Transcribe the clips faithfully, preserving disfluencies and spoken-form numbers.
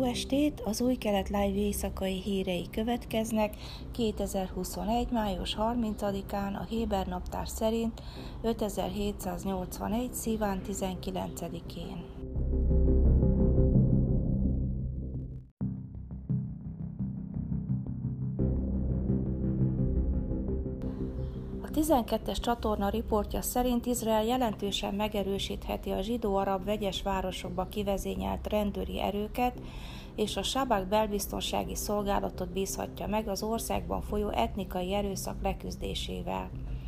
Jó estét! Az Új Kelet Live éjszakai hírei következnek kétezer-huszonegy. május harmincadikán a Héber naptár szerint ötezer-hétszáznyolcvanegy. szíván tizenkilencedikén. A tizenkettes csatorna riportja szerint Izrael jelentősen megerősítheti a zsidó-arab vegyes városokba kivezényelt rendőri erőket, és a Sabak belbiztonsági szolgálatot bízhatja meg az országban folyó etnikai erőszak leküzdésével.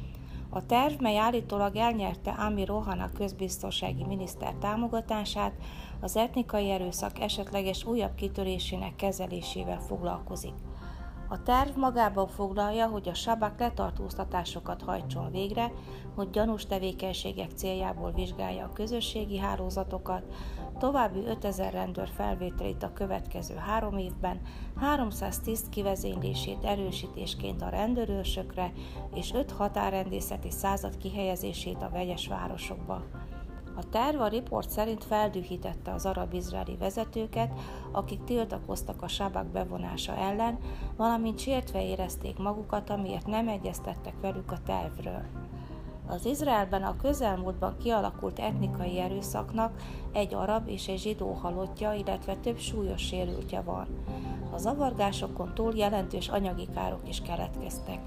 A terv, mely állítólag elnyerte Amir Ohana közbiztonsági miniszter támogatását, az etnikai erőszak esetleges újabb kitörésének kezelésével foglalkozik. A terv magában foglalja, hogy a Sabak letartóztatásokat hajtson végre, hogy gyanús tevékenységek céljából vizsgálja a közösségi hálózatokat, további ötezer rendőr felvételét a következő három évben, háromszáz tiszt kivezénylését erősítésként a rendőrőrsökre és öt határrendészeti század kihelyezését a vegyes városokba. A terv a riport szerint feldühítette az arab-izraeli vezetőket, akik tiltakoztak a Sabak bevonása ellen, valamint sértve érezték magukat, amiért nem egyeztettek velük a tervről. Az Izraelben a közelmúltban kialakult etnikai erőszaknak egy arab és egy zsidó halottja, illetve több súlyos sérültje van. A zavargásokon túl jelentős anyagi károk is keletkeztek.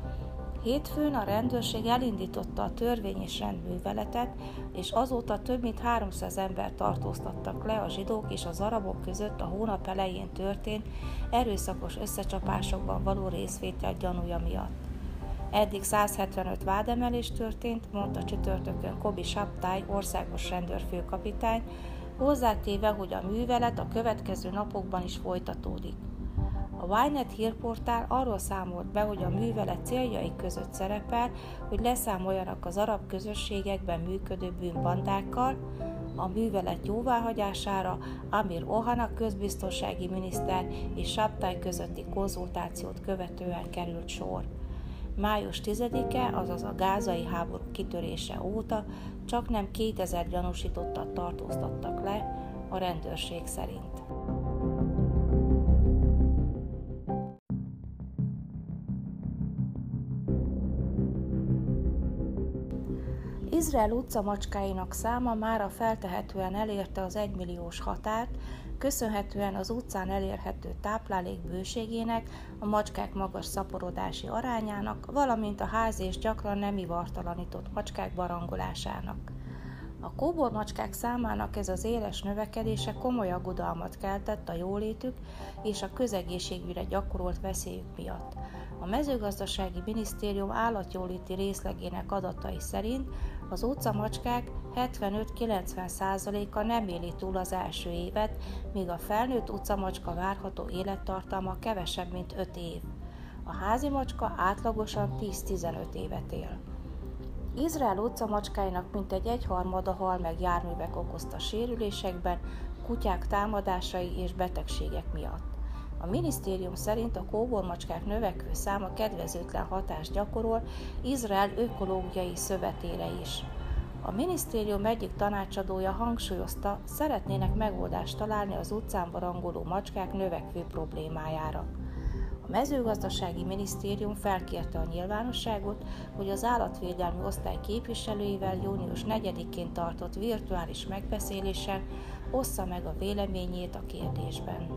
Hétfőn a rendőrség elindította a törvény és rendműveletet, és azóta több mint háromszáz embert tartóztattak le a zsidók és az arabok között a hónap elején történt erőszakos összecsapásokban való részvétel gyanúja miatt. Eddig száz hetvenöt vádemelés történt, mondta csütörtökön Kobi Shabtai országos rendőrfőkapitány, hozzátéve, hogy a művelet a következő napokban is folytatódik. A Ynet hírportál arról számolt be, hogy a művelet céljai között szerepel, hogy leszámoljanak az arab közösségekben működő bűnbandákkal. A művelet jóváhagyására Amir Ohana közbiztonsági miniszter és Shabtai közötti konzultációt követően került sor. május tizedike, azaz a gázai háború kitörése óta csaknem kétezer gyanúsítottat tartóztattak le a rendőrség szerint. Izrael utcamacskáinak száma mára feltehetően elérte az egymilliós határt, köszönhetően az utcán elérhető táplálék bőségének, a macskák magas szaporodási arányának, valamint a házi és gyakran nem ivartalanított macskák barangolásának. A kóbormacskák számának ez az éles növekedése komoly aggodalmat keltett a jólétük és a közegészségügyre gyakorolt veszélyük miatt. A mezőgazdasági minisztérium állatjóléti részlegének adatai szerint az utcamacskák hetvenöt-kilencven százaléka nem éli túl az első évet, míg a felnőtt utcamacska várható élettartama kevesebb, mint öt év. A házi macska átlagosan tíz-tizenöt évet él. Izrael utcamacskáinak mintegy egyharmada hal meg járművek okozta sérülésekben, kutyák támadásai és betegségek miatt. A minisztérium szerint a kóbormacskák növekvő száma kedvezőtlen hatást gyakorol Izrael ökológiai szövetére is. A minisztérium egyik tanácsadója hangsúlyozta, szeretnének megoldást találni az utcán barangoló macskák növekvő problémájára. A mezőgazdasági minisztérium felkérte a nyilvánosságot, hogy az állatvédelmi osztály képviselőivel június negyedikén tartott virtuális megbeszélésen ossza meg a véleményét a kérdésben.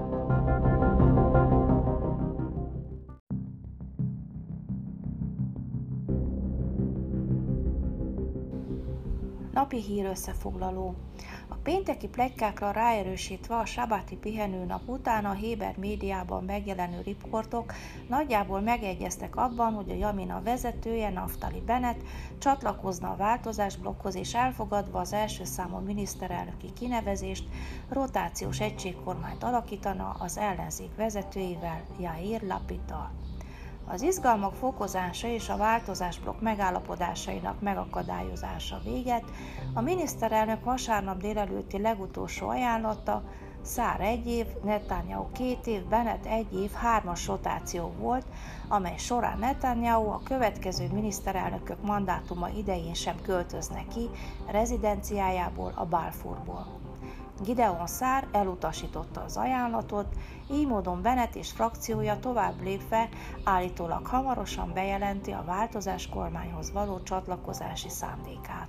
Napi hír összefoglaló. A pénteki pletykákra ráerősítve a sabáti pihenőnap után a héber médiában megjelenő riportok nagyjából megegyeztek abban, hogy a Jamina vezetője, Naftali Bennett csatlakozna a változásblokkhoz és elfogadva az első számú miniszterelnöki kinevezést, rotációs egységkormányt alakítana az ellenzék vezetőivel, Yair Lapiddal. Az izgalmak fokozása és a változásblokk megállapodásainak megakadályozása véget, a miniszterelnök vasárnap délelőtti legutolsó ajánlata Szár egy év, Netanyahu két év, Bennett egy év hármas rotáció volt, amely során Netanyahu a következő miniszterelnökök mandátuma idején sem költözne ki rezidenciájából, a Balfourból. Gideon Szár elutasította az ajánlatot, így módon Bennett és frakciója tovább lépve állítólag hamarosan bejelenti a változás kormányhoz való csatlakozási szándékát.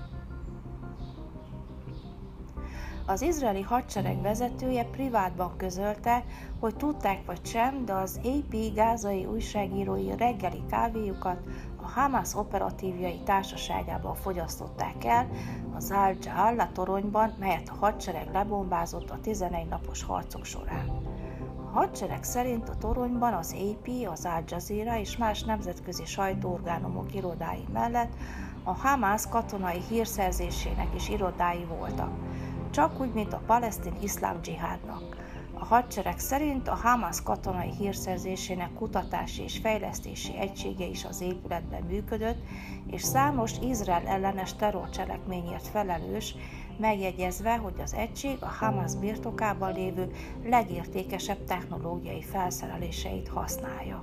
Az izraeli hadsereg vezetője privátban közölte, hogy tudták vagy sem, de az á pé gázai újságírói reggeli kávéjukat a Hamász operatívjai társaságában fogyasztották el az Al-Jaala toronyban, melyet a hadsereg lebombázott a tizenegy napos harcok során. A hadsereg szerint a toronyban az á pé, az Al Jazeera és más nemzetközi sajtóorgánumok irodái mellett a Hamász katonai hírszerzésének is irodái voltak, csak úgy, mint a palesztin iszlám dzsihádnak. A hadsereg szerint a Hamász katonai hírszerzésének kutatási és fejlesztési egysége is az épületben működött, és számos Izrael ellenes terrorcselekményért felelős, megjegyezve, hogy az egység a Hamász birtokában lévő legértékesebb technológiai felszereléseit használja.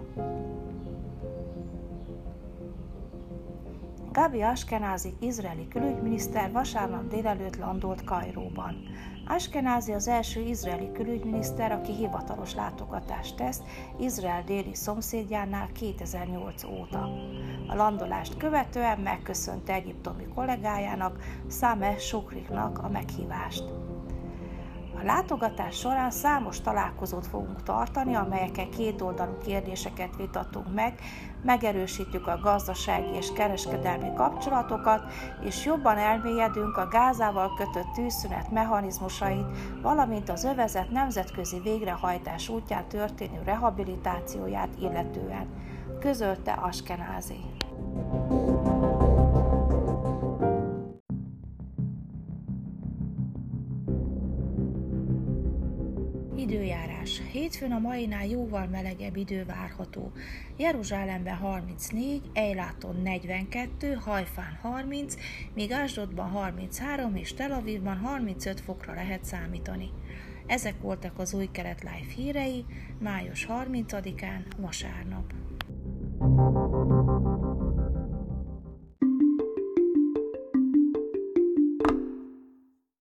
Gabi Ashkenazi izraeli külügyminiszter vasárnap délelőtt landolt Kairóban. Ashkenazi az első izraeli külügyminiszter, aki hivatalos látogatást tesz Izrael déli szomszédjánál kétezer-nyolc óta. A landolást követően megköszönte egyiptomi kollégájának, Sameh Shoukrinak a meghívást. A látogatás során számos találkozót fogunk tartani, amelyeken kétoldalú kérdéseket vitatunk meg, megerősítjük a gazdasági és kereskedelmi kapcsolatokat, és jobban elmélyedünk a Gázával kötött tűzszünet mechanizmusait, valamint az övezet nemzetközi végrehajtás útján történő rehabilitációját illetően, közölte Ashkenazi. Időjárás. Hétfőn a mainál jóval melegebb idő várható. Jeruzsálemben harmincnégy, Eiláton negyvenkettő, Hajfán harminc, míg Asdodban harminchárom és Tel Avivban harmincöt fokra lehet számítani. Ezek voltak az Új Kelet Live hírei május harmincadikán, vasárnap.